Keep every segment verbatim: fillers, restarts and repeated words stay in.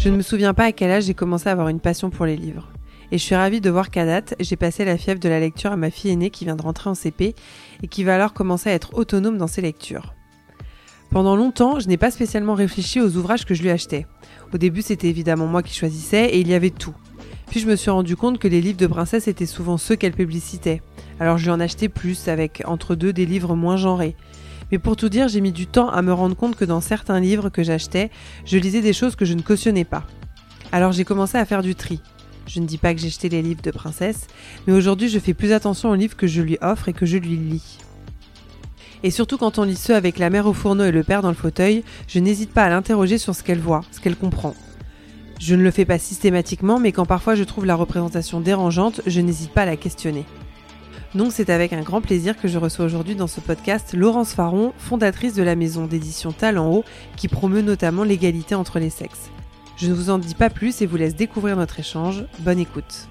Je ne me souviens pas à quel âge j'ai commencé à avoir une passion pour les livres. Et je suis ravie de voir qu'à date, j'ai passé la fièvre de la lecture à ma fille aînée qui vient de rentrer en C P et qui va alors commencer à être autonome dans ses lectures. Pendant longtemps, je n'ai pas spécialement réfléchi aux ouvrages que je lui achetais. Au début, c'était évidemment moi qui choisissais et il y avait tout. Puis je me suis rendu compte que les livres de princesse étaient souvent ceux qu'elle publicitait. Alors je lui en achetais plus, avec entre deux des livres moins genrés. Mais pour tout dire, j'ai mis du temps à me rendre compte que dans certains livres que j'achetais, je lisais des choses que je ne cautionnais pas. Alors j'ai commencé à faire du tri. Je ne dis pas que j'ai jeté les livres de princesse, mais aujourd'hui je fais plus attention aux livres que je lui offre et que je lui lis. Et surtout quand on lit ceux avec la mère au fourneau et le père dans le fauteuil, je n'hésite pas à l'interroger sur ce qu'elle voit, ce qu'elle comprend. Je ne le fais pas systématiquement, mais quand parfois je trouve la représentation dérangeante, je n'hésite pas à la questionner. Donc c'est avec un grand plaisir que je reçois aujourd'hui dans ce podcast Laurence Faron, fondatrice de la maison d'édition Talent Haut, qui promeut notamment l'égalité entre les sexes. Je ne vous en dis pas plus et vous laisse découvrir notre échange. Bonne écoute.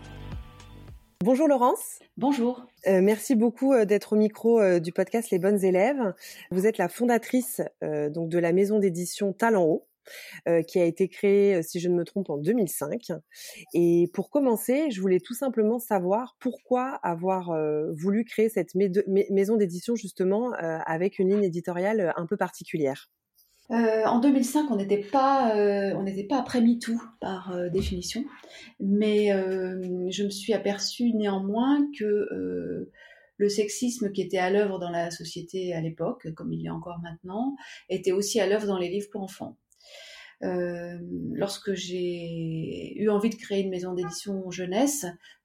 Bonjour Laurence. Bonjour. Euh, merci beaucoup euh, d'être au micro euh, du podcast Les Bonnes Élèves. Vous êtes la fondatrice euh, donc de la maison d'édition Talent Haut, euh, qui a été créée, si je ne me trompe, en deux mille cinq. Et pour commencer, je voulais tout simplement savoir pourquoi avoir euh, voulu créer cette ma- maison d'édition justement euh, avec une ligne éditoriale un peu particulière. Euh, en deux mille cinq, on n'était pas, euh, on n'était pas après MeToo par euh, définition, mais euh, je me suis aperçue néanmoins que euh, le sexisme qui était à l'œuvre dans la société à l'époque, comme il l'est encore maintenant, était aussi à l'œuvre dans les livres pour enfants. Euh, lorsque j'ai eu envie de créer une maison d'édition jeunesse,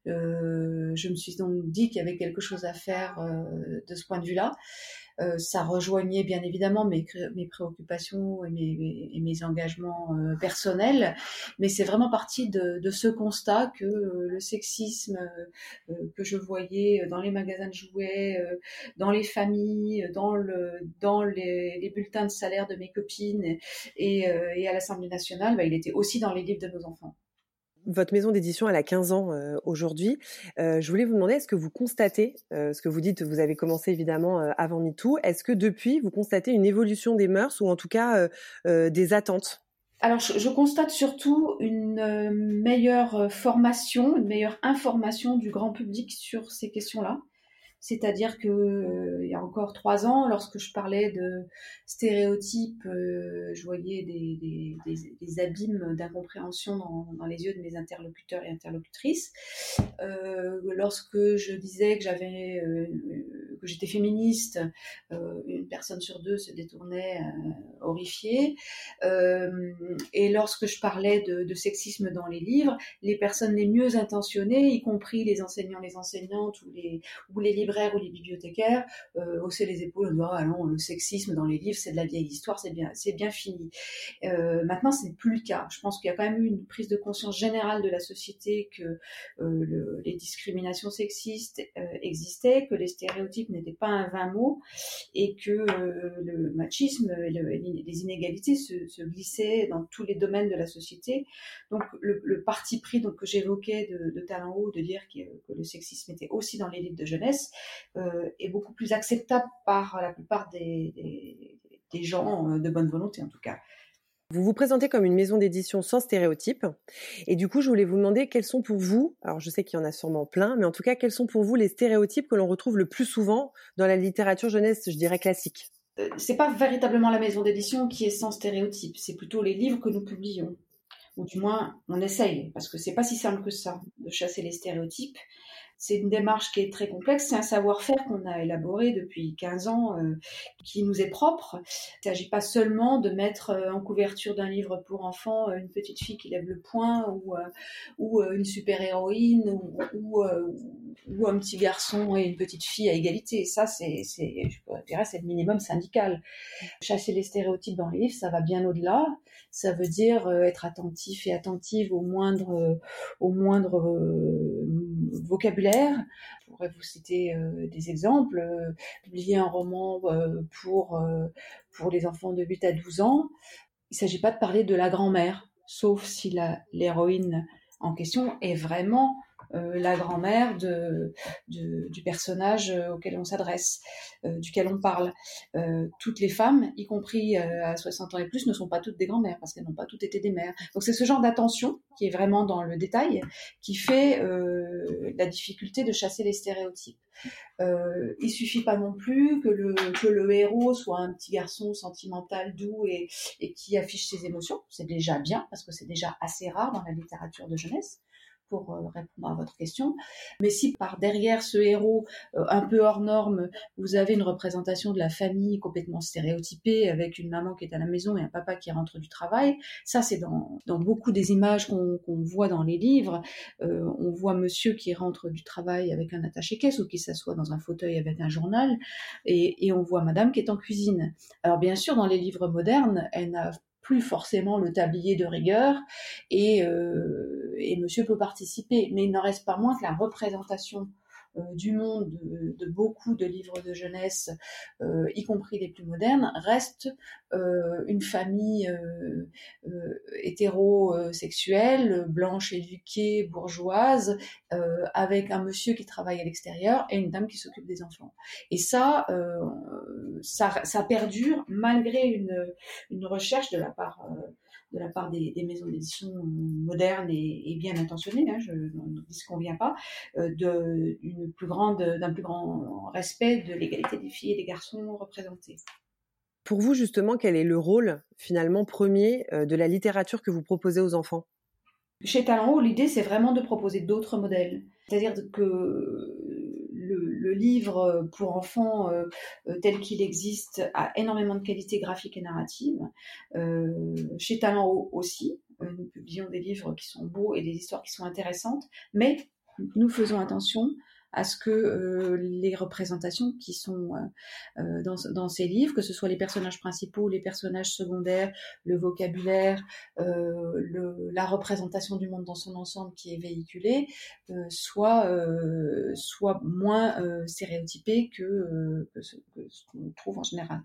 euh, je me suis donc dit qu'il y avait quelque chose à faire euh, de ce point de vue-là. Euh, ça rejoignait bien évidemment mes, mes préoccupations et mes, et mes engagements euh, personnels, mais c'est vraiment parti de, de ce constat que euh, le sexisme euh, que je voyais dans les magasins de jouets, euh, dans les familles, dans, le, dans les, les bulletins de salaire de mes copines et, euh, et à l'Assemblée nationale, bah, il était aussi dans les livres de nos enfants. Votre maison d'édition, elle a quinze ans euh, aujourd'hui. Euh, je voulais vous demander, est-ce que vous constatez, euh, ce que vous dites, vous avez commencé évidemment euh, avant MeToo, est-ce que depuis, vous constatez une évolution des mœurs ou en tout cas euh, euh, des attentes ? Alors, je, je constate surtout une euh, meilleure formation, une meilleure information du grand public sur ces questions-là. C'est-à-dire que euh, il y a encore trois ans, lorsque je parlais de stéréotypes, euh, je voyais des, des, des, des abîmes d'incompréhension dans, dans les yeux de mes interlocuteurs et interlocutrices. Euh, lorsque je disais que j'avais euh, que j'étais féministe, euh, une personne sur deux se détournait euh, horrifiée. Euh, et lorsque je parlais de, de sexisme dans les livres, les personnes les mieux intentionnées, y compris les enseignants, les enseignantes ou les ou les libraires ou les bibliothécaires, euh, haussaient les épaules en disant ah non, le sexisme dans les livres c'est de la vieille histoire, c'est bien, c'est bien fini. Euh, maintenant ce n'est plus le cas. Je pense qu'il y a quand même eu une prise de conscience générale de la société que euh, le, les discriminations sexistes euh, existaient, que les stéréotypes n'étaient pas un vain mot et que euh, le machisme et, le, et les inégalités se, se glissaient dans tous les domaines de la société. Donc le, le parti pris donc, que j'évoquais de, de Talent Haut, de dire que, que le sexisme était aussi dans les livres de jeunesse, euh, est beaucoup plus acceptable par la plupart des, des, des gens euh, de bonne volonté en tout cas. Vous vous présentez comme une maison d'édition sans stéréotypes. Et du coup, je voulais vous demander quels sont pour vous, alors je sais qu'il y en a sûrement plein, mais en tout cas, quels sont pour vous les stéréotypes que l'on retrouve le plus souvent dans la littérature jeunesse, je dirais classique ? euh, C'est pas véritablement la maison d'édition qui est sans stéréotypes, c'est plutôt les livres que nous publions. Ou du moins, on essaye, parce que c'est pas si simple que ça, de chasser les stéréotypes. C'est une démarche qui est très complexe, c'est un savoir-faire qu'on a élaboré depuis quinze ans, euh, qui nous est propre. Il ne s'agit pas seulement de mettre euh, en couverture d'un livre pour enfants euh, une petite fille qui lève le poing ou, euh, ou euh, une super-héroïne ou, ou, euh, ou un petit garçon et une petite fille à égalité. Ça, c'est, c'est, je dirais, c'est le minimum syndical. Chasser les stéréotypes dans les livres, ça va bien au-delà. Ça veut dire euh, être attentif et attentive au moindre, euh, au moindre euh, vocabulaire. Je pourrais vous citer euh, des exemples. Euh, publier un roman euh, pour, euh, pour les enfants de huit à douze ans, il ne s'agit pas de parler de la grand-mère, sauf si la, l'héroïne en question est vraiment euh, la grand-mère de, de, du personnage auquel on s'adresse, euh, duquel on parle. Euh, toutes les femmes, y compris euh, à soixante ans et plus, ne sont pas toutes des grand-mères parce qu'elles n'ont pas toutes été des mères. Donc c'est ce genre d'attention qui est vraiment dans le détail qui fait euh, la difficulté de chasser les stéréotypes. Euh, il suffit pas non plus que le, que le héros soit un petit garçon sentimental, doux et, et qui affiche ses émotions. C'est déjà bien, parce que c'est déjà assez rare dans la littérature de jeunesse, pour euh, répondre à votre question. Mais si par derrière ce héros euh, un peu hors norme, vous avez une représentation de la famille complètement stéréotypée, avec une maman qui est à la maison et un papa qui rentre du travail, ça c'est dans, dans beaucoup des images qu'on, qu'on voit dans les livres. Euh, on voit monsieur qui rentre du travail avec un attaché-caisse ou qui s'assoit dans un fauteuil avec un journal, et, et on voit madame qui est en cuisine. Alors bien sûr, dans les livres modernes, elle n'a plus forcément le tablier de rigueur, et, euh, et monsieur peut participer, mais il n'en reste pas moins que la représentation euh, du monde de, de beaucoup de livres de jeunesse, euh, y compris les plus modernes, reste euh, une famille euh, euh, hétérosexuelle, blanche, éduquée, bourgeoise, euh, avec un monsieur qui travaille à l'extérieur et une dame qui s'occupe des enfants. Et ça, euh, ça, ça perdure malgré une, une recherche de la part euh, de la part des, des maisons d'édition modernes et, et bien intentionnées, hein, je ne disconviens pas, euh, de, une plus grande, d'un plus grand respect de l'égalité des filles et des garçons représentés. Pour vous, justement, quel est le rôle, finalement, premier euh, de la littérature que vous proposez aux enfants ? Chez Talent Haut, l'idée, c'est vraiment de proposer d'autres modèles. C'est-à-dire que le, le livre pour enfants euh, tel qu'il existe a énormément de qualité graphique et narrative. Euh, chez Talent Haut aussi, euh, nous publions des livres qui sont beaux et des histoires qui sont intéressantes, mais nous faisons attention à ce que euh, les représentations qui sont euh, dans, dans ces livres, que ce soit les personnages principaux, les personnages secondaires, le vocabulaire, euh, le, la représentation du monde dans son ensemble qui est véhiculée, euh, soit, euh, soit moins euh, stéréotypée que, euh, que, ce, que ce qu'on trouve en général.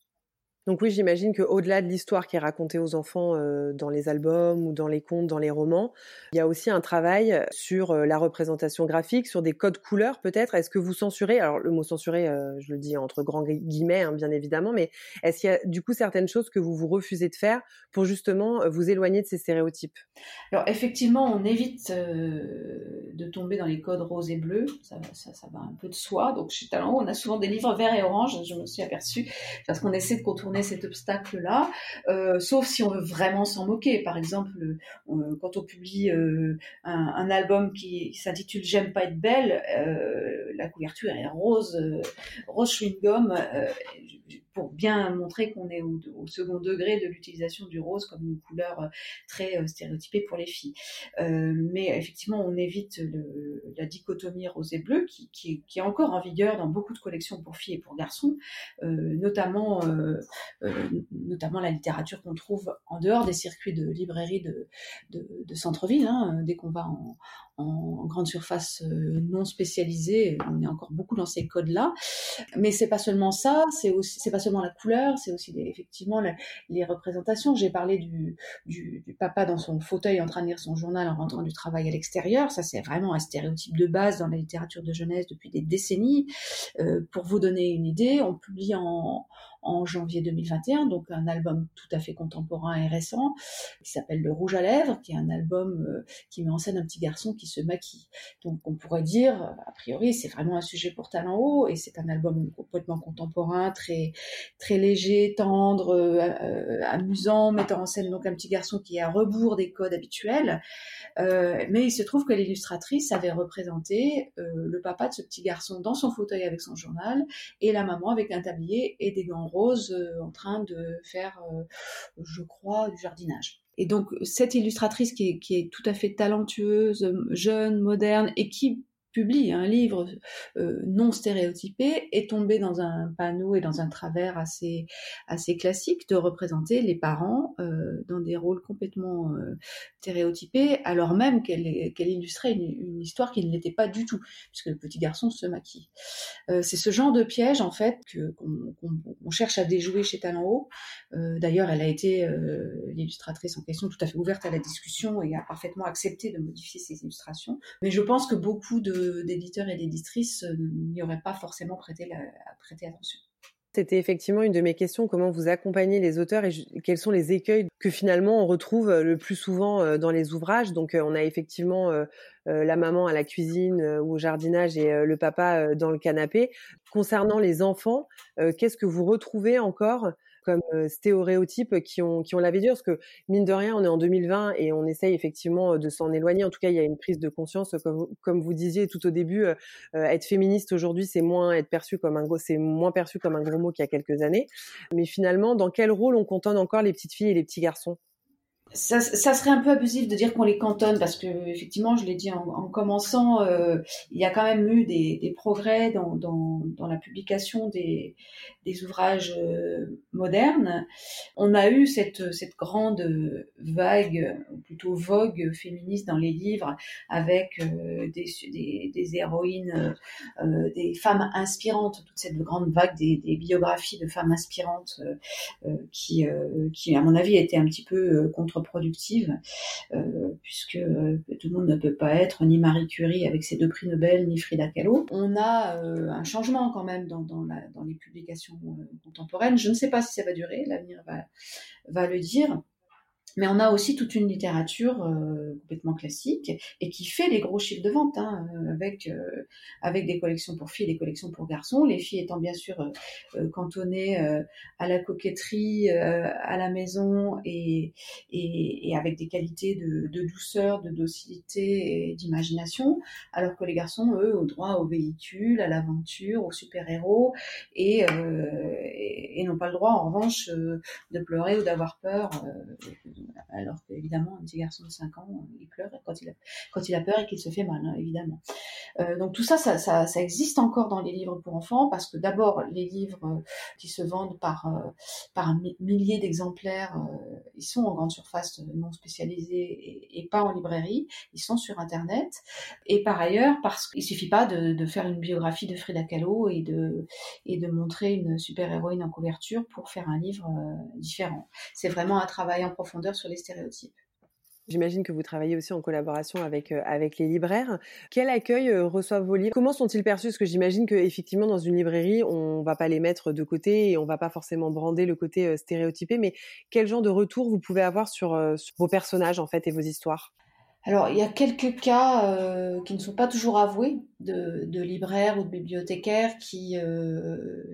Donc oui, j'imagine qu'au-delà de l'histoire qui est racontée aux enfants euh, dans les albums ou dans les contes, dans les romans, il y a aussi un travail sur euh, la représentation graphique, sur des codes couleurs peut-être. Est-ce que vous censurez, alors le mot censurer, euh, je le dis entre grands guillemets, hein, bien évidemment, mais est-ce qu'il y a du coup certaines choses que vous vous refusez de faire pour justement vous éloigner de ces stéréotypes ? Alors effectivement, on évite euh, de tomber dans les codes roses et bleus, ça, ça, ça va un peu de soi. Donc chez Talent Haut, on a souvent des livres verts et orange, je me suis aperçue, parce qu'on essaie de contourner cet obstacle-là, euh, sauf si on veut vraiment s'en moquer. Par exemple, euh, quand on publie euh, un, un album qui s'intitule J'aime pas être belle, euh, la couverture est rose, euh, rose chewing-gum, euh, pour bien montrer qu'on est au, au second degré de l'utilisation du rose comme une couleur très euh, stéréotypée pour les filles. Euh, mais effectivement, on évite le, la dichotomie rose et bleu qui, qui, qui est encore en vigueur dans beaucoup de collections pour filles et pour garçons, euh, notamment euh, Euh, notamment la littérature qu'on trouve en dehors des circuits de librairie de, de, de centre-ville. Hein. Dès qu'on va en, en grande surface euh, non spécialisée, on est encore beaucoup dans ces codes-là. Mais c'est pas seulement ça, c'est aussi, c'est pas seulement la couleur, c'est aussi des, effectivement la, les représentations. J'ai parlé du, du, du papa dans son fauteuil en train de lire son journal en rentrant du travail à l'extérieur. Ça, c'est vraiment un stéréotype de base dans la littérature de jeunesse depuis des décennies. Euh, pour vous donner une idée, on publie en en janvier deux mille vingt et un, donc un album tout à fait contemporain et récent, qui s'appelle Le Rouge à Lèvres, qui est un album euh, qui met en scène un petit garçon qui se maquille. Donc on pourrait dire, a priori, c'est vraiment un sujet pour Talent Haut, et c'est un album complètement contemporain, très très léger, tendre, euh, euh, amusant, mettant en scène donc un petit garçon qui est à rebours des codes habituels. Euh, mais il se trouve que l'illustratrice avait représenté euh, le papa de ce petit garçon dans son fauteuil avec son journal, et la maman avec un tablier et des gants rose euh, en train de faire, euh, je crois, du jardinage. Et donc, cette illustratrice qui est, qui est tout à fait talentueuse, jeune, moderne, et qui publie un livre euh, non stéréotypé est tombé dans un panneau et dans un travers assez assez classique de représenter les parents euh, dans des rôles complètement euh, stéréotypés, alors même qu'elle qu'elle illustrait une, une histoire qui ne l'était pas du tout, puisque le petit garçon se maquille. Euh, c'est ce genre de piège en fait que qu'on, qu'on, qu'on cherche à déjouer chez Talent Haut. Euh, d'ailleurs, elle a été euh, l'illustratrice en question tout à fait ouverte à la discussion et a parfaitement accepté de modifier ses illustrations. Mais je pense que beaucoup de d'éditeurs et d'éditrices euh, n'y auraient pas forcément prêté, la, prêté attention. C'était effectivement une de mes questions, comment vous accompagnez les auteurs et quels sont les écueils que finalement on retrouve le plus souvent dans les ouvrages. Donc on a effectivement la maman à la cuisine ou au jardinage et le papa dans le canapé. Concernant les enfants, qu'est-ce que vous retrouvez encore comme euh, stéréotypes qui ont qui ont la vie dure, parce que mine de rien on est en deux mille vingt et on essaye effectivement de s'en éloigner. En tout cas il y a une prise de conscience, comme vous, comme vous disiez tout au début, euh, être féministe aujourd'hui c'est moins être perçu comme un gros c'est moins perçu comme un gros mot qu'il y a quelques années. Mais finalement dans quel rôle on cantonne encore les petites filles et les petits garçons? Ça, ça serait un peu abusif de dire qu'on les cantonne parce que effectivement, je l'ai dit en, en commençant, euh, il y a quand même eu des, des progrès dans, dans, dans la publication des, des ouvrages euh, modernes. On a eu cette, cette grande vague, ou plutôt vogue féministe dans les livres, avec euh, des, des, des héroïnes, euh, des femmes inspirantes, toute cette grande vague des, des biographies de femmes inspirantes euh, qui, euh, qui, à mon avis, étaient un petit peu euh, contre productive, euh, puisque euh, tout le monde ne peut pas être ni Marie Curie avec ses deux prix Nobel, ni Frida Kahlo. On a euh, un changement quand même dans, dans, la, dans les publications euh, contemporaines. Je ne sais pas si ça va durer, l'avenir va, va le dire. Mais on a aussi toute une littérature euh, complètement classique et qui fait les gros chiffres de vente, hein, avec euh, avec des collections pour filles et des collections pour garçons. Les filles étant bien sûr euh, cantonnées euh, à la coquetterie, euh, à la maison et, et, et avec des qualités de, de douceur, de docilité et d'imagination, alors que les garçons, eux, ont droit au véhicule, à l'aventure, aux super-héros et, euh, et, et n'ont pas le droit, en revanche, euh, de pleurer ou d'avoir peur. Euh, alors qu'évidemment un petit garçon de cinq ans il pleure quand il a, quand il a peur et qu'il se fait mal, hein, évidemment. Euh, donc tout ça, ça, ça, ça existe encore dans les livres pour enfants, parce que d'abord les livres euh, qui se vendent par, euh, par un millier d'exemplaires, euh, ils sont en grande surface non spécialisée et, et pas en librairie, ils sont sur internet, et par ailleurs parce qu'il suffit pas de, de faire une biographie de Frida Kahlo et de, et de montrer une super-héroïne en couverture pour faire un livre euh, différent. C'est vraiment un travail en profondeur sur les stéréotypes. J'imagine que vous travaillez aussi en collaboration avec euh, avec les libraires. Quel accueil euh, reçoivent vos livres? Comment sont-ils perçus? Parce que j'imagine que effectivement dans une librairie, on va pas les mettre de côté et on va pas forcément brander le côté euh, stéréotypé. Mais quel genre de retour vous pouvez avoir sur, euh, sur vos personnages en fait et vos histoires? Alors, il y a quelques cas euh, qui ne sont pas toujours avoués de, de libraires ou de bibliothécaires qui euh,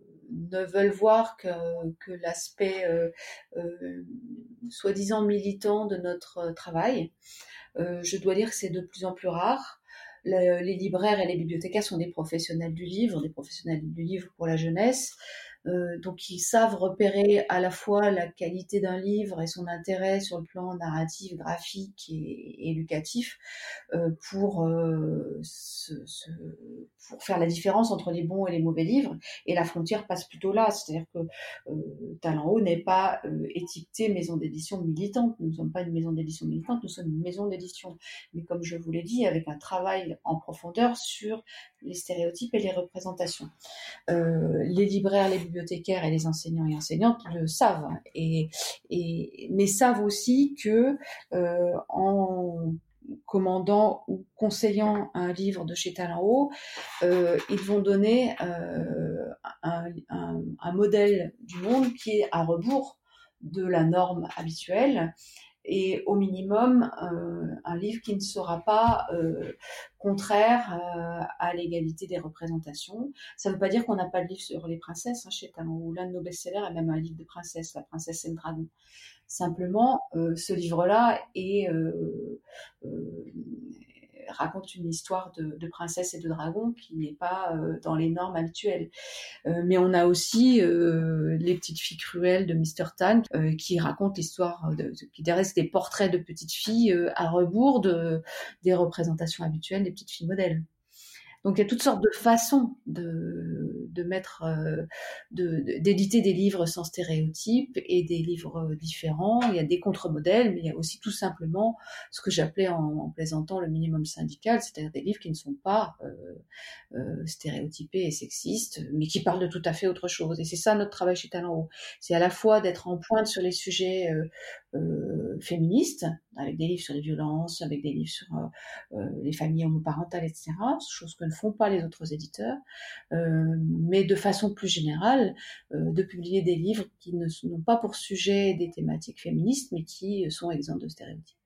ne veulent voir que, que l'aspect euh, euh, soi-disant militant de notre travail. Euh, je dois dire que c'est de plus en plus rare. Le, les libraires et les bibliothécaires sont des professionnels du livre, des professionnels du livre pour la jeunesse. Euh, donc ils savent repérer à la fois la qualité d'un livre et son intérêt sur le plan narratif, graphique et, et éducatif euh, pour, euh, se, se, pour faire la différence entre les bons et les mauvais livres. Et la frontière passe plutôt là, c'est-à-dire que euh, Talent Haut n'est pas euh, étiqueté maison d'édition militante. Nous ne sommes pas une maison d'édition militante, nous sommes une maison d'édition. Mais comme je vous l'ai dit, avec un travail en profondeur sur les stéréotypes et les représentations. Euh, les libraires, les bibliothécaires et les enseignants et enseignantes le savent, et, et mais savent aussi que euh, en commandant ou conseillant un livre de chez Talent Haut, euh, ils vont donner euh, un, un, un modèle du monde qui est à rebours de la norme habituelle, et au minimum euh, un livre qui ne sera pas euh, contraire euh, à l'égalité des représentations. Ça ne veut pas dire qu'on n'a pas de livre sur les princesses, hein, chez Talent Haut. L'un de nos best-sellers est même un livre de princesse, La princesse et le dragon. Simplement, euh, ce livre-là est, euh, euh, raconte une histoire de, de princesse et de dragon qui n'est pas euh, dans les normes habituelles. Euh, mais on a aussi euh, Les petites filles cruelles de mister Tan, euh, qui raconte l'histoire, de, de, qui dresse des portraits de petites filles euh, à rebours de, des représentations habituelles des petites filles modèles. Donc il y a toutes sortes de façons de, de mettre, euh, de, de, d'éditer des livres sans stéréotypes et des livres différents. Il y a des contre-modèles, mais il y a aussi tout simplement ce que j'appelais en, en plaisantant le minimum syndical, c'est-à-dire des livres qui ne sont pas euh, euh, stéréotypés et sexistes, mais qui parlent de tout à fait autre chose. Et c'est ça notre travail chez Talent Haut. C'est à la fois d'être en pointe sur les sujets euh, euh, féministes, avec des livres sur les violences, avec des livres sur euh, euh, les familles homoparentales, et cetera, chose que ne font pas les autres éditeurs, euh, mais de façon plus générale, euh, de publier des livres qui ne sont, n'ont pas pour sujet des thématiques féministes, mais qui sont exempts de stéréotypes.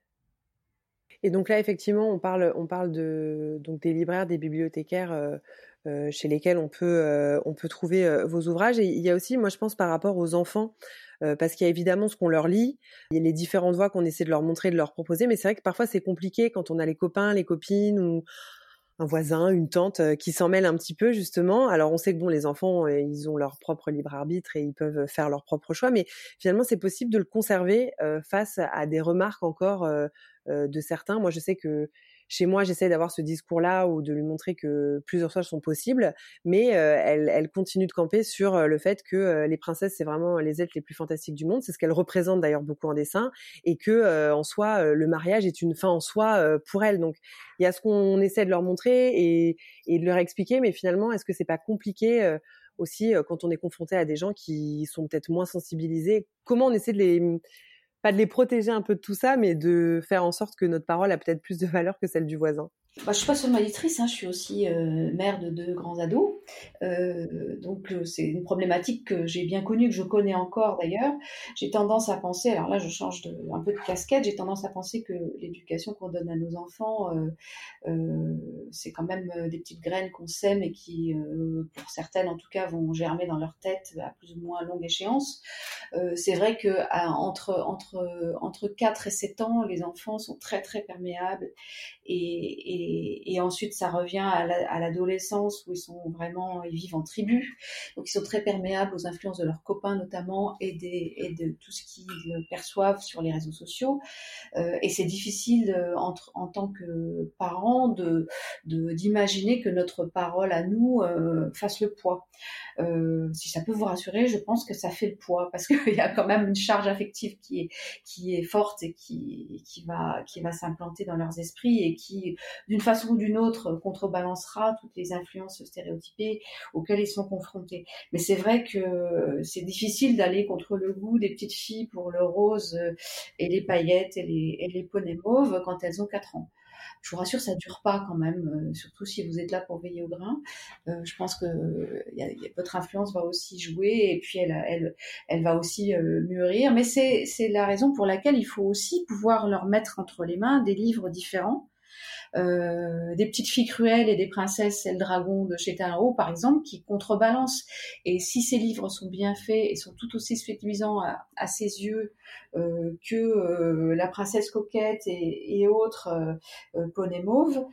Et donc là, effectivement, on parle, on parle de, donc des libraires, des bibliothécaires euh, euh, chez lesquels on peut, euh, on peut trouver euh, vos ouvrages. Et il y a aussi, moi, je pense, par rapport aux enfants, euh, parce qu'il y a évidemment ce qu'on leur lit, il y a les différentes voies qu'on essaie de leur montrer, de leur proposer, mais c'est vrai que parfois c'est compliqué quand on a les copains, les copines ou un voisin, une tante euh, qui s'en mêle un petit peu justement. Alors on sait que bon, les enfants, euh, ils ont leur propre libre arbitre et ils peuvent faire leur propre choix, mais finalement c'est possible de le conserver euh, face à des remarques encore euh, euh, de certains. Moi je sais que chez moi j'essaie d'avoir ce discours-là ou de lui montrer que plusieurs choix sont possibles, mais euh, elle, elle continue de camper sur euh, le fait que euh, les princesses c'est vraiment les êtres les plus fantastiques du monde. C'est ce qu'elle représente d'ailleurs beaucoup en dessin, et que euh, en soi euh, le mariage est une fin en soi euh, pour elle. Donc il y a ce qu'on essaie de leur montrer et, et de leur expliquer, mais finalement, est-ce que c'est pas compliqué euh, aussi euh, quand on est confronté à des gens qui sont peut-être moins sensibilisés? Comment on essaie de les, pas de les protéger un peu de tout ça, mais de faire en sorte que notre parole a peut-être plus de valeur que celle du voisin? Bah, je suis pas seulement éditrice, hein, je suis aussi euh, mère de deux grands ados. Euh, donc euh, c'est une problématique que j'ai bien connue, que je connais encore d'ailleurs. J'ai tendance à penser, alors là je change de, un peu de casquette, j'ai tendance à penser que l'éducation qu'on donne à nos enfants, euh, euh, c'est quand même des petites graines qu'on sème et qui, euh, pour certaines en tout cas, vont germer dans leur tête à plus ou moins longue échéance. Euh, c'est vrai que à, entre entre entre quatre et sept ans, les enfants sont très très perméables et, et Et, et ensuite, ça revient à, la, à l'adolescence où ils sont vraiment, ils vivent en tribu. Donc, ils sont très perméables aux influences de leurs copains notamment et, des, et de tout ce qu'ils perçoivent sur les réseaux sociaux. Euh, et c'est difficile euh, entre, en tant que parents de, de, d'imaginer que notre parole à nous euh, fasse le poids. Euh, si ça peut vous rassurer, je pense que ça fait le poids parce qu'il y a quand même une charge affective qui est, qui est forte et qui, qui va, qui va s'implanter dans leurs esprits et qui, d'une façon ou d'une autre, contrebalancera toutes les influences stéréotypées auxquelles ils sont confrontés. Mais c'est vrai que c'est difficile d'aller contre le goût des petites filles pour le rose et les paillettes et les, et les poneys mauves quand elles ont quatre ans. Je vous rassure, ça dure pas quand même, euh, surtout si vous êtes là pour veiller au grain. Euh, je pense que euh, y a, y a, votre influence va aussi jouer et puis elle, elle, elle va aussi euh, mûrir. Mais c'est, c'est la raison pour laquelle il faut aussi pouvoir leur mettre entre les mains des livres différents. Euh, des petites filles cruelles et des princesses et le dragon de chez Talent Haut, par exemple, qui contrebalancent. Et si ces livres sont bien faits et sont tout aussi séduisants à, à ses yeux euh, que euh, La princesse coquette et, et autres euh, euh, poneys mauves,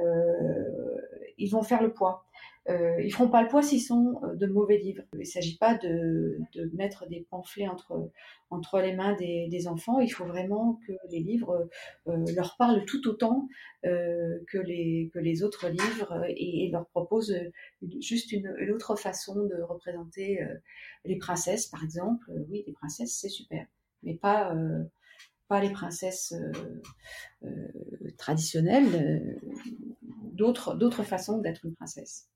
euh, ils vont faire le poids. Euh, ils feront pas le poids s'ils sont de mauvais livres. Il ne s'agit pas de, de mettre des pamphlets entre, entre les mains des, des enfants. Il faut vraiment que les livres euh, leur parlent tout autant euh, que, les, que les autres livres et, et leur proposent une, juste une, une autre façon de représenter euh, les princesses, par exemple. Euh, oui, les princesses, c'est super, mais pas... Euh, pas les princesses euh, euh, traditionnelles, euh, d'autres, d'autres façons d'être une princesse.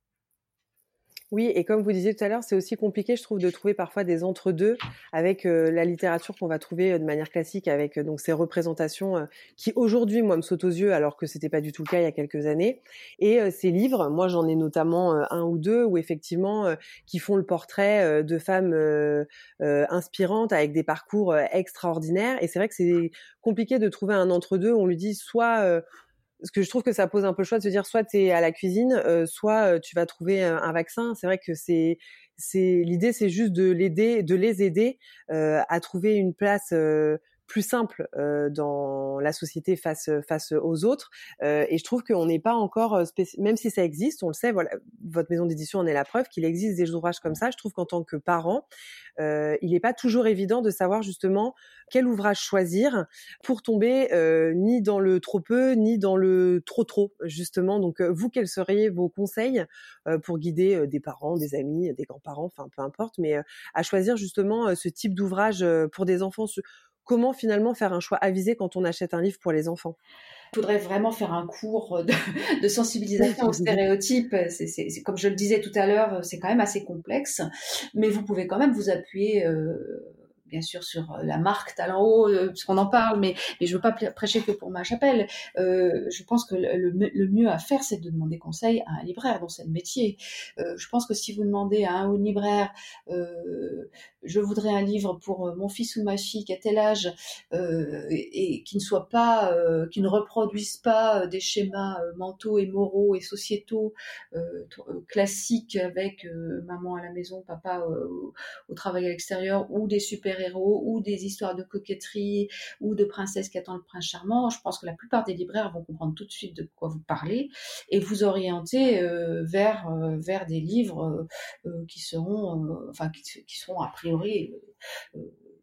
Oui, et comme vous disiez tout à l'heure, c'est aussi compliqué, je trouve, de trouver parfois des entre-deux avec euh, la littérature qu'on va trouver euh, de manière classique, avec euh, donc ces représentations euh, qui aujourd'hui, moi, me sautent aux yeux, alors que c'était pas du tout le cas il y a quelques années. Et euh, ces livres, moi, j'en ai notamment euh, un ou deux où effectivement, euh, qui font le portrait euh, de femmes euh, euh, inspirantes avec des parcours euh, extraordinaires. Et c'est vrai que c'est compliqué de trouver un entre-deux où on lui dit soit euh, parce que je trouve que ça pose un peu le choix de se dire soit tu es à la cuisine, euh, soit euh, tu vas trouver un, un vaccin. C'est vrai que c'est, c'est l'idée, c'est juste de l'aider, de les aider euh, à trouver une place euh, plus simple euh, dans la société face face aux autres. Euh, et je trouve qu'on n'est pas encore, spéci- même si ça existe, on le sait, voilà, votre maison d'édition en est la preuve qu'il existe des ouvrages comme ça. Je trouve qu'en tant que parent, euh, il n'est pas toujours évident de savoir justement quel ouvrage choisir pour tomber euh, ni dans le trop peu, ni dans le trop trop, justement. Donc euh, vous, quels seraient vos conseils euh, pour guider euh, des parents, des amis, des grands-parents, enfin peu importe, mais euh, à choisir justement euh, ce type d'ouvrage euh, pour des enfants? Comment finalement faire un choix avisé quand on achète un livre pour les enfants? Il faudrait vraiment faire un cours de, de sensibilisation aux stéréotypes. C'est, c'est, c'est, comme je le disais tout à l'heure, c'est quand même assez complexe, mais vous pouvez quand même vous appuyer euh, bien sûr sur la marque Talent-Haut, euh, puisqu'on en parle, mais, mais je veux pas prêcher que pour ma chapelle. Euh, je pense que le, le, le mieux à faire, c'est de demander conseil à un libraire dont c'est le métier. Euh, je pense que si vous demandez à un libraire, euh, je voudrais un livre pour mon fils ou ma fille qui a tel âge, euh, et, et qui ne soit pas, euh, qui ne reproduise pas des schémas euh, mentaux et moraux et sociétaux euh, classiques avec euh, maman à la maison, papa euh, au, au travail à l'extérieur, ou des super-héros, ou des histoires de coquetterie, ou de princesse qui attend le prince charmant. Je pense que la plupart des libraires vont comprendre tout de suite de quoi vous parlez et vous orienter euh, vers euh, vers des livres euh, qui seront, euh, enfin qui, qui seront a priori euh,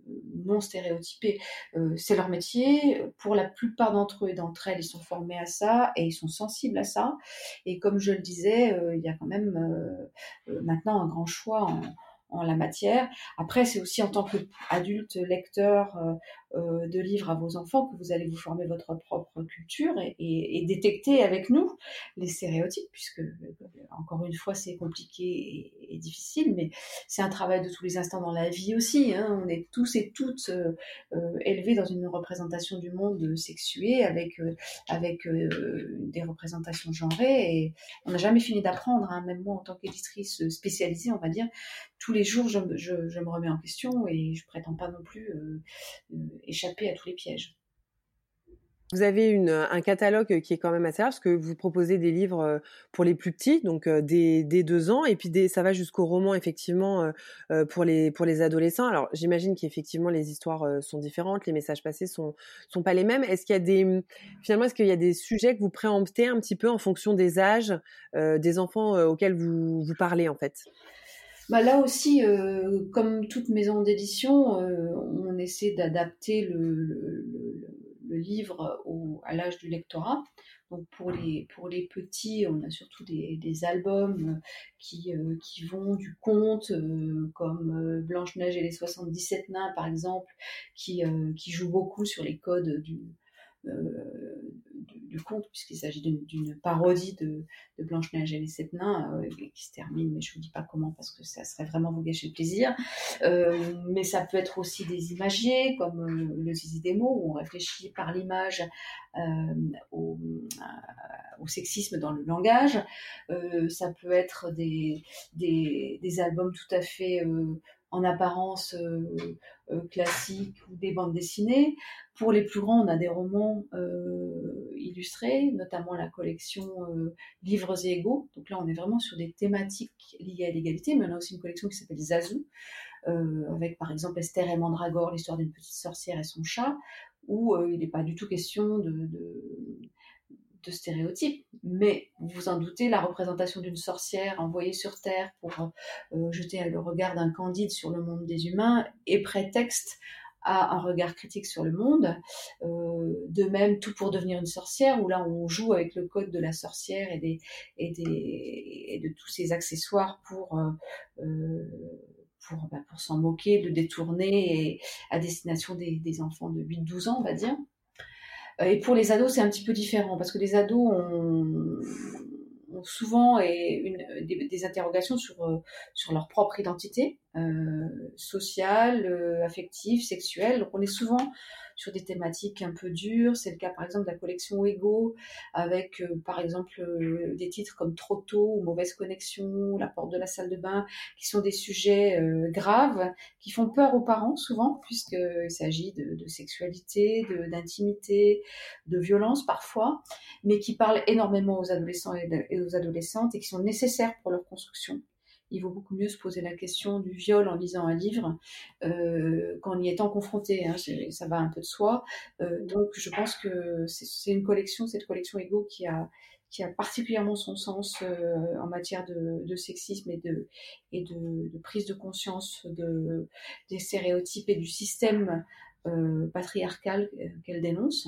non stéréotypés. Euh, c'est leur métier. Pour la plupart d'entre eux et d'entre elles, ils sont formés à ça et ils sont sensibles à ça. Et comme je le disais, euh, il y a quand même euh, euh, maintenant un grand choix en, en la matière. Après, c'est aussi en tant qu'adulte lecteur euh, euh, de livres à vos enfants que vous allez vous former votre propre culture et, et, et détecter avec nous les stéréotypes, puisque encore une fois c'est compliqué et, et difficile, mais c'est un travail de tous les instants dans la vie aussi. Hein. On est tous et toutes euh, euh, élevés dans une représentation du monde sexué avec euh, avec euh, des représentations genrées et on n'a jamais fini d'apprendre. Hein. Même moi, en tant qu'éditrice spécialisée, on va dire, tous les jours, je, je, je me remets en question et je prétends pas non plus euh, euh, échapper à tous les pièges. Vous avez une, un catalogue qui est quand même assez large, parce que vous proposez des livres pour les plus petits, donc dès, dès deux ans, et puis des, ça va jusqu'au roman, effectivement, euh, pour les pour les adolescents. Alors, j'imagine qu'effectivement, les histoires sont différentes, les messages passés sont sont pas les mêmes. Est-ce qu'il y a des, finalement, est-ce qu'il y a des sujets que vous préemptez un petit peu en fonction des âges euh, des enfants euh, auxquels vous vous parlez, en fait? Bah là aussi, euh, comme toute maison d'édition, euh, on essaie d'adapter le, le, le, le livre au, à l'âge du lectorat. Donc pour les pour les petits, on a surtout des, des albums qui euh, qui vont du conte, euh, comme euh, Blanche-Neige et les soixante-dix-sept nains par exemple, qui euh, qui jouent beaucoup sur les codes du Euh, du, du conte, puisqu'il s'agit d'une, d'une parodie de, de Blanche-Neige et les sept nains, euh, qui se termine, mais je vous dis pas comment parce que ça serait vraiment vous gâcher le plaisir. Euh, mais ça peut être aussi des imagiers, comme euh, le Zizi des mots, où on réfléchit par l'image euh, au, euh, au sexisme dans le langage. Euh, ça peut être des, des, des albums tout à fait euh, en apparence euh, euh, classiques ou des bandes dessinées. Pour les plus grands, on a des romans euh, illustrés, notamment la collection euh, Livres et égaux. Donc là, on est vraiment sur des thématiques liées à l'égalité, mais on a aussi une collection qui s'appelle Zazou, euh, avec par exemple Esther et Mandragore, l'histoire d'une petite sorcière et son chat, où euh, il n'est pas du tout question de... de de stéréotypes, mais vous vous en doutez, la représentation d'une sorcière envoyée sur Terre pour euh, jeter le regard d'un Candide sur le monde des humains est prétexte à un regard critique sur le monde. Euh, de même, Tout pour devenir une sorcière, où là on joue avec le code de la sorcière et, des, et, des, et de tous ces accessoires pour... Euh, pour, bah, pour s'en moquer, de détourner et, à destination des, des enfants de huit douze ans, on va dire. Et pour les ados, c'est un petit peu différent, parce que les ados ont, ont souvent une, des, des interrogations sur, sur leur propre identité euh, sociale, euh, affective, sexuelle. Donc on est souvent sur des thématiques un peu dures. C'est le cas par exemple de la collection Ego, avec euh, par exemple euh, des titres comme Trop tôt ou Mauvaise connexion, La porte de la salle de bain, qui sont des sujets euh, graves, qui font peur aux parents souvent, puisqu'il s'agit de, de sexualité, de, d'intimité, de violence parfois, mais qui parlent énormément aux adolescents et aux adolescentes et qui sont nécessaires pour leur construction, il vaut beaucoup mieux se poser la question du viol en lisant un livre euh, qu'en y étant confronté. Hein, ça va un peu de soi. Euh, donc, je pense que c'est, c'est une collection, cette collection Ego, qui a, qui a particulièrement son sens euh, en matière de, de sexisme et de, et de, de prise de conscience de, des stéréotypes et du système euh, patriarcal qu'elle dénonce.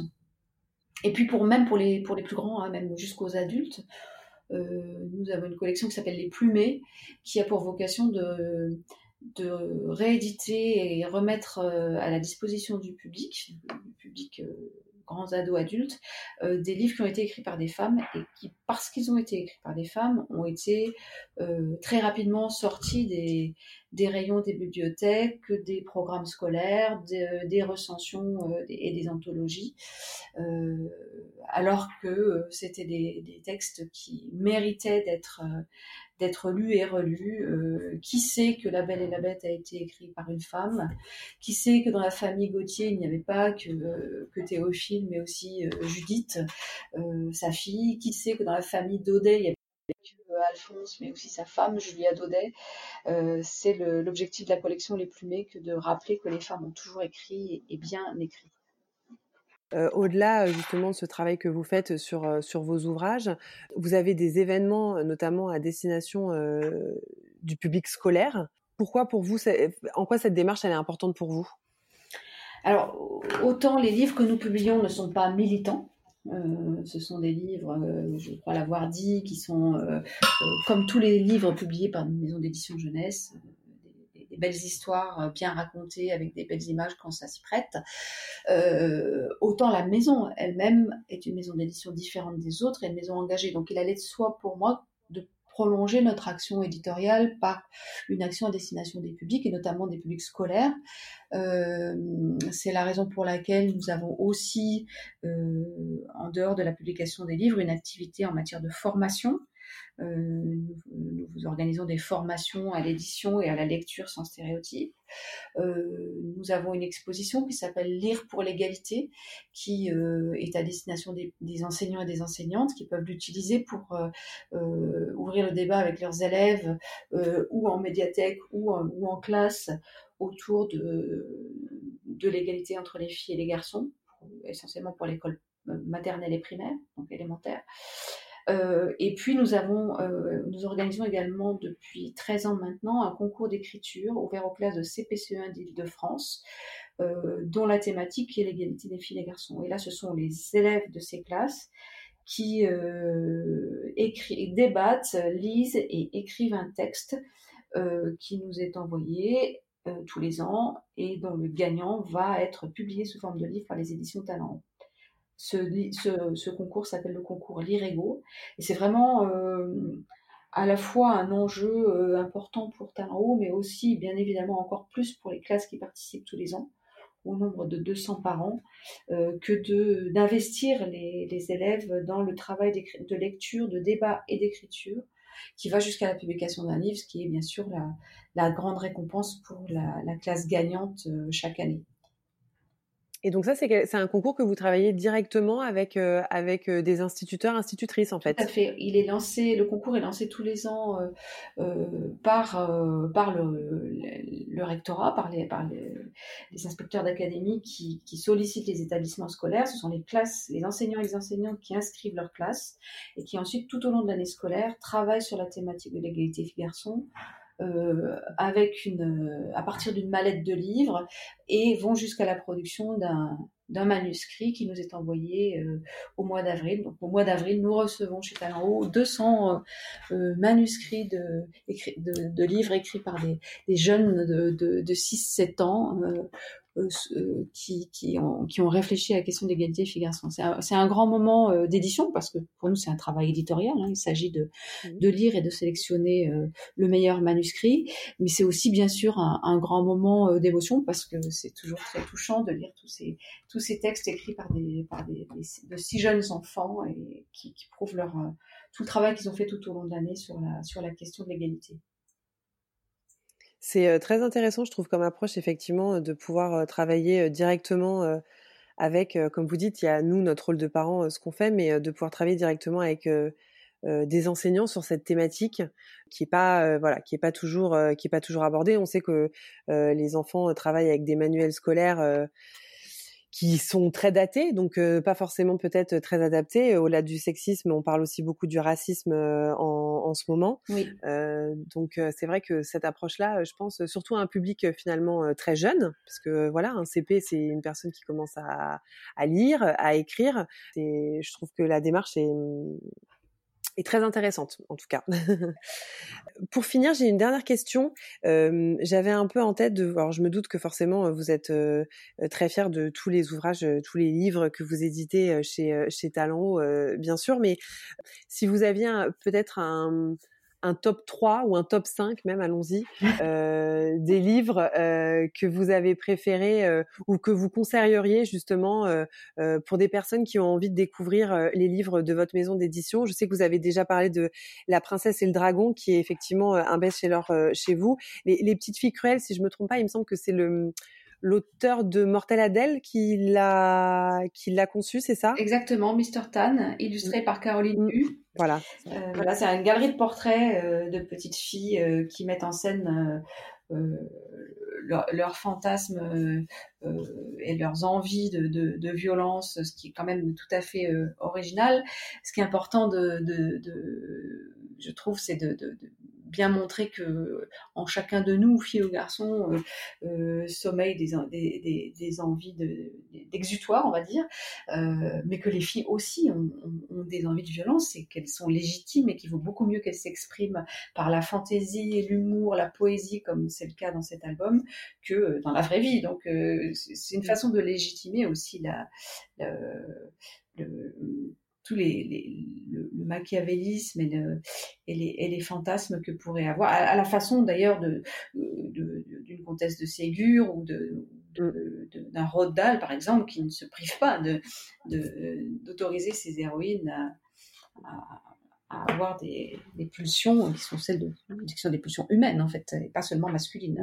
Et puis, pour, même pour les, pour les plus grands, hein, même jusqu'aux adultes, Euh, nous avons une collection qui s'appelle Les Plumées, qui a pour vocation de, de rééditer et remettre euh, à la disposition du public, du public euh, grands ados, adultes, euh, des livres qui ont été écrits par des femmes et qui, parce qu'ils ont été écrits par des femmes, ont été euh, très rapidement sortis des, des rayons des bibliothèques, des programmes scolaires, des, des recensions euh, et des anthologies. Euh, alors que euh, c'était des, des textes qui méritaient d'être euh, d'être lus et relus. Euh, qui sait que La Belle et la Bête a été écrit par une femme? Qui sait que dans la famille Gautier, il n'y avait pas que, euh, que Théophile, mais aussi euh, Judith, euh, sa fille? Qui sait que dans la famille Daudet, il y avait que Alphonse, mais aussi sa femme, Julia Daudet? Euh, c'est le, l'objectif de la collection Les Plumées que de rappeler que les femmes ont toujours écrit et, et bien écrit. Euh, au-delà justement de ce travail que vous faites sur euh, sur vos ouvrages, vous avez des événements notamment à destination euh, du public scolaire. Pourquoi pour vous, en quoi cette démarche elle est importante pour vous? Alors, autant les livres que nous publions ne sont pas militants. Euh, ce sont des livres, euh, je crois l'avoir dit, qui sont euh, euh, comme tous les livres publiés par une maison d'édition jeunesse, des, des belles histoires bien racontées avec des belles images quand ça s'y prête. Euh, autant la maison elle-même est une maison d'édition différente des autres et une maison engagée. Donc il allait de soi pour moi de prolonger notre action éditoriale par une action à destination des publics et notamment des publics scolaires. Euh, c'est la raison pour laquelle nous avons aussi, euh, en dehors de la publication des livres, une activité en matière de formation. Euh, nous, nous organisons des formations à l'édition et à la lecture sans stéréotypes. Euh, nous avons une exposition qui s'appelle Lire pour l'égalité, qui euh, est à destination des, des enseignants et des enseignantes qui peuvent l'utiliser pour euh, euh, ouvrir le débat avec leurs élèves euh, ou en médiathèque ou en, ou en classe autour de, de l'égalité entre les filles et les garçons, essentiellement pour l'école maternelle et primaire, donc élémentaire. Euh, et puis nous avons, euh, nous organisons également depuis treize ans maintenant un concours d'écriture ouvert aux classes de C P C E un d'Île-de-France, euh, dont la thématique est l'égalité des filles et des garçons. Et là, ce sont les élèves de ces classes qui euh, écrit, débattent, lisent et écrivent un texte euh, qui nous est envoyé euh, tous les ans et dont le gagnant va être publié sous forme de livre par les éditions Talent. Ce, ce, ce concours s'appelle le concours Lire Ego et c'est vraiment euh, à la fois un enjeu euh, important pour Talent, mais aussi bien évidemment encore plus pour les classes qui participent tous les ans, au nombre de deux cents par an, euh, que de, d'investir les, les élèves dans le travail de lecture, de débat et d'écriture, qui va jusqu'à la publication d'un livre, ce qui est bien sûr la, la grande récompense pour la, la classe gagnante euh, chaque année. Et donc ça, c'est, c'est un concours que vous travaillez directement avec euh, avec euh, des instituteurs, institutrices en fait. Tout à fait. Il est lancé, le concours est lancé tous les ans euh, euh, par euh, par le, le, le rectorat, par les par les, les inspecteurs d'académie qui, qui sollicitent les établissements scolaires. Ce sont les classes, les enseignants et les enseignantes qui inscrivent leurs classes et qui ensuite, tout au long de l'année scolaire, travaillent sur la thématique de l'égalité filles-garçons. Euh, avec une, à partir d'une mallette de livres et vont jusqu'à la production d'un, d'un manuscrit qui nous est envoyé euh, au mois d'avril. Donc au mois d'avril, nous recevons chez Talent Haut deux cents euh, manuscrits de, de, de livres écrits par des, des jeunes de, de, de six sept ans euh, euh, qui, qui, ont, qui ont réfléchi à la question de l'égalité filles-garçons. C'est un, c'est un grand moment euh, d'édition parce que pour nous c'est un travail éditorial. Hein. Il s'agit de, de lire et de sélectionner euh, le meilleur manuscrit, mais c'est aussi bien sûr un, un grand moment euh, d'émotion parce que c'est toujours très touchant de lire tous ces, tous ces textes écrits par des, par des, des de si jeunes enfants et qui, qui prouvent leur, euh, tout le travail qu'ils ont fait tout au long de l'année sur la, sur la question de l'égalité. C'est très intéressant, je trouve, comme approche, effectivement, de pouvoir travailler directement avec, comme vous dites, il y a nous, notre rôle de parents, ce qu'on fait, mais de pouvoir travailler directement avec euh, des enseignants sur cette thématique qui est pas euh, voilà qui est pas toujours euh, qui est pas toujours abordée. On sait que euh, les enfants travaillent avec des manuels scolaires euh, qui sont très datés, donc euh, pas forcément peut-être très adaptés. Au-delà du sexisme, on parle aussi beaucoup du racisme euh, en, en ce moment. Oui. Euh, donc euh, c'est vrai que cette approche-là, je pense surtout à un public euh, finalement euh, très jeune, parce que voilà, un C P c'est une personne qui commence à, à lire, à écrire. Et je trouve que la démarche est est très intéressante, en tout cas. Pour finir, j'ai une dernière question. Euh, j'avais un peu en tête de... Alors, je me doute que forcément, vous êtes euh, très fiers de tous les ouvrages, tous les livres que vous éditez chez, chez Talent Haut, euh, bien sûr, mais si vous aviez un, peut-être un... un top trois ou un top cinq même, allons-y, euh, des livres euh, que vous avez préférés euh, ou que vous conseilleriez justement euh, euh, pour des personnes qui ont envie de découvrir euh, les livres de votre maison d'édition. Je sais que vous avez déjà parlé de La Princesse et le Dragon, qui est effectivement euh, un best-seller euh, chez vous. Les, les Petites Filles Cruelles, si je me trompe pas, il me semble que c'est le l'auteur de Mortel Adèle qui l'a qui l'a conçu, c'est ça? Exactement, Mister Tan, illustré mmh. par Caroline mmh. Hu. Voilà. Euh, voilà, c'est une galerie de portraits euh, de petites filles euh, qui mettent en scène euh, euh, leurs leur fantasmes euh, et leurs envies de, de, de violence, ce qui est quand même tout à fait euh, original. Ce qui est important de, de, de je trouve, c'est de, de, de bien montrer que en chacun de nous, filles ou garçons, euh, euh, sommeillent des, des, des, des envies de, d'exutoire, on va dire, euh, mais que les filles aussi ont, ont, ont des envies de violence et qu'elles sont légitimes et qu'il vaut beaucoup mieux qu'elles s'expriment par la fantaisie, l'humour, la poésie, comme c'est le cas dans cet album, que dans la vraie vie. Donc euh, c'est une façon de légitimer aussi la, la le, tous les, les le, le machiavélisme et, le, et, les, et les fantasmes que pourrait avoir, à, à la façon d'ailleurs de, de, de, d'une comtesse de Ségur ou de, de, de, d'un Roald Dahl par exemple, qui ne se prive pas de, de, d'autoriser ses héroïnes à, à, à avoir des, des pulsions qui sont celles de, qui sont des pulsions humaines en fait, et pas seulement masculines.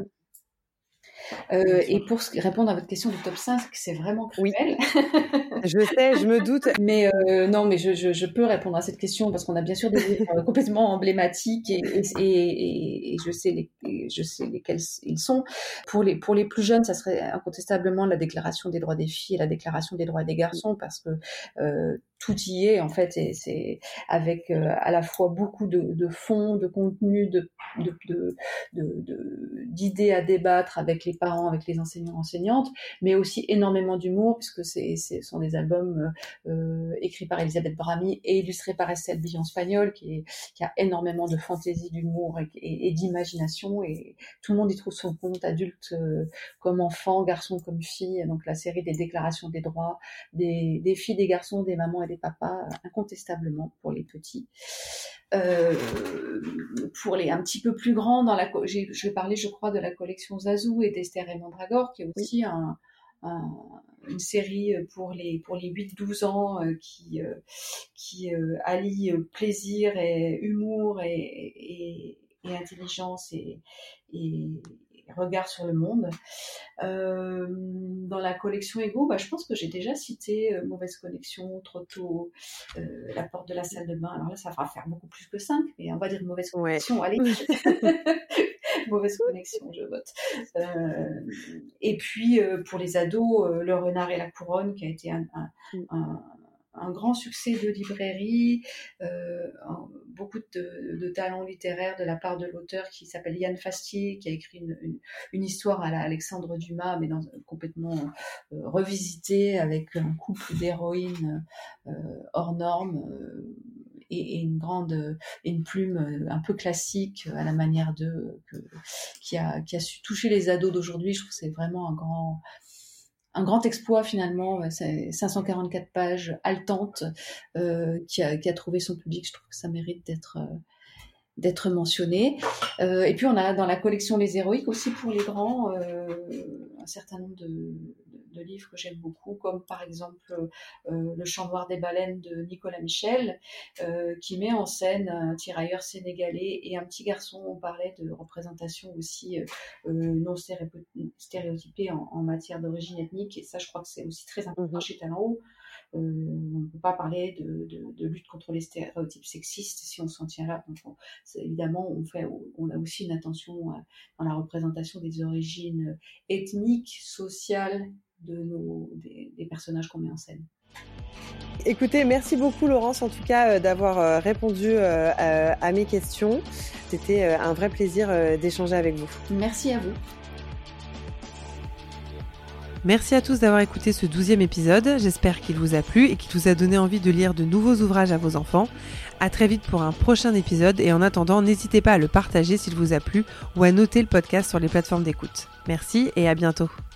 Euh, et pour répondre à votre question du top cinq, c'est vraiment cruel. Oui. Je sais, je me doute. Mais euh, non, mais je, je, je peux répondre à cette question parce qu'on a bien sûr des livres complètement emblématiques et, et, et, et je sais les, je sais lesquels ils sont. Pour les pour les plus jeunes, ça serait incontestablement la Déclaration des droits des filles et la Déclaration des droits des garçons parce que euh, tout y est en fait et c'est avec euh, à la fois beaucoup de, de fond, de contenu, de de, de, de, de d'idées à débattre avec les parents, avec les enseignants enseignantes, mais aussi énormément d'humour puisque c'est ce sont des albums euh, écrits par Elisabeth Brami et illustrés par Estelle Billon-Spagnol qui, est, qui a énormément de fantaisie, d'humour et, et, et d'imagination et tout le monde y trouve son compte, adulte euh, comme enfant, garçon comme fille. Donc la série des déclarations des droits des, des filles, des garçons, des mamans et des papas, incontestablement pour les petits. Euh, pour les un petit peu plus grands, dans la, j'ai, je vais parler, je crois, de la collection Zazou et d'Esther et Mandragore, qui est aussi oui. un, un, une série pour les pour les huit douze ans euh, qui euh, qui euh, allie plaisir et humour et, et, et intelligence et, et regard sur le monde. Euh, dans la collection Ego, bah, je pense que j'ai déjà cité euh, Mauvaise Connexion, Trop tôt, euh, La Porte de la salle de bain. Alors là, ça va faire beaucoup plus que cinq, mais on va dire Mauvaise Connexion. Ouais. Allez, Mauvaise Connexion, je vote. Euh, et puis euh, pour les ados, euh, Le Renard et la Couronne, qui a été un, un, un un grand succès de librairie, euh, beaucoup de, de talent littéraire de la part de l'auteur qui s'appelle Yann Fastier, qui a écrit une, une, une histoire à la Alexandre Dumas, mais dans, complètement euh, revisitée, avec un couple d'héroïnes euh, hors normes euh, et, et une grande, une plume un peu classique à la manière de que, qui a qui a su toucher les ados d'aujourd'hui. Je trouve que c'est vraiment un grand Un grand exploit finalement, c'est cinq cent quarante-quatre pages haletantes euh, qui, a, qui a trouvé son public. Je trouve que ça mérite d'être euh, d'être mentionné. Euh, et puis on a dans la collection Les Héroïques aussi pour les grands euh, un certain nombre de, de, de livres que j'aime beaucoup, comme par exemple euh, Le Chant noir des baleines de Nicolas Michel, euh, qui met en scène un tirailleur sénégalais et un petit garçon. On parlait de représentation aussi euh, non stéréotypée en, en matière d'origine ethnique, et ça je crois que c'est aussi très important mmh. chez Talent Haut. Euh, on ne peut pas parler de, de, de lutte contre les stéréotypes sexistes si on s'en tient là. Donc, on, évidemment, on, fait, on a aussi une attention dans la représentation des origines ethniques, sociales de nos, des, des personnages qu'on met en scène. Écoutez, merci beaucoup Laurence en tout cas d'avoir répondu à mes questions. C'était un vrai plaisir d'échanger avec vous. Merci à vous. Merci à tous d'avoir écouté ce douzième épisode. J'espère qu'il vous a plu et qu'il vous a donné envie de lire de nouveaux ouvrages à vos enfants. À très vite pour un prochain épisode et en attendant, n'hésitez pas à le partager s'il vous a plu ou à noter le podcast sur les plateformes d'écoute. Merci et à bientôt.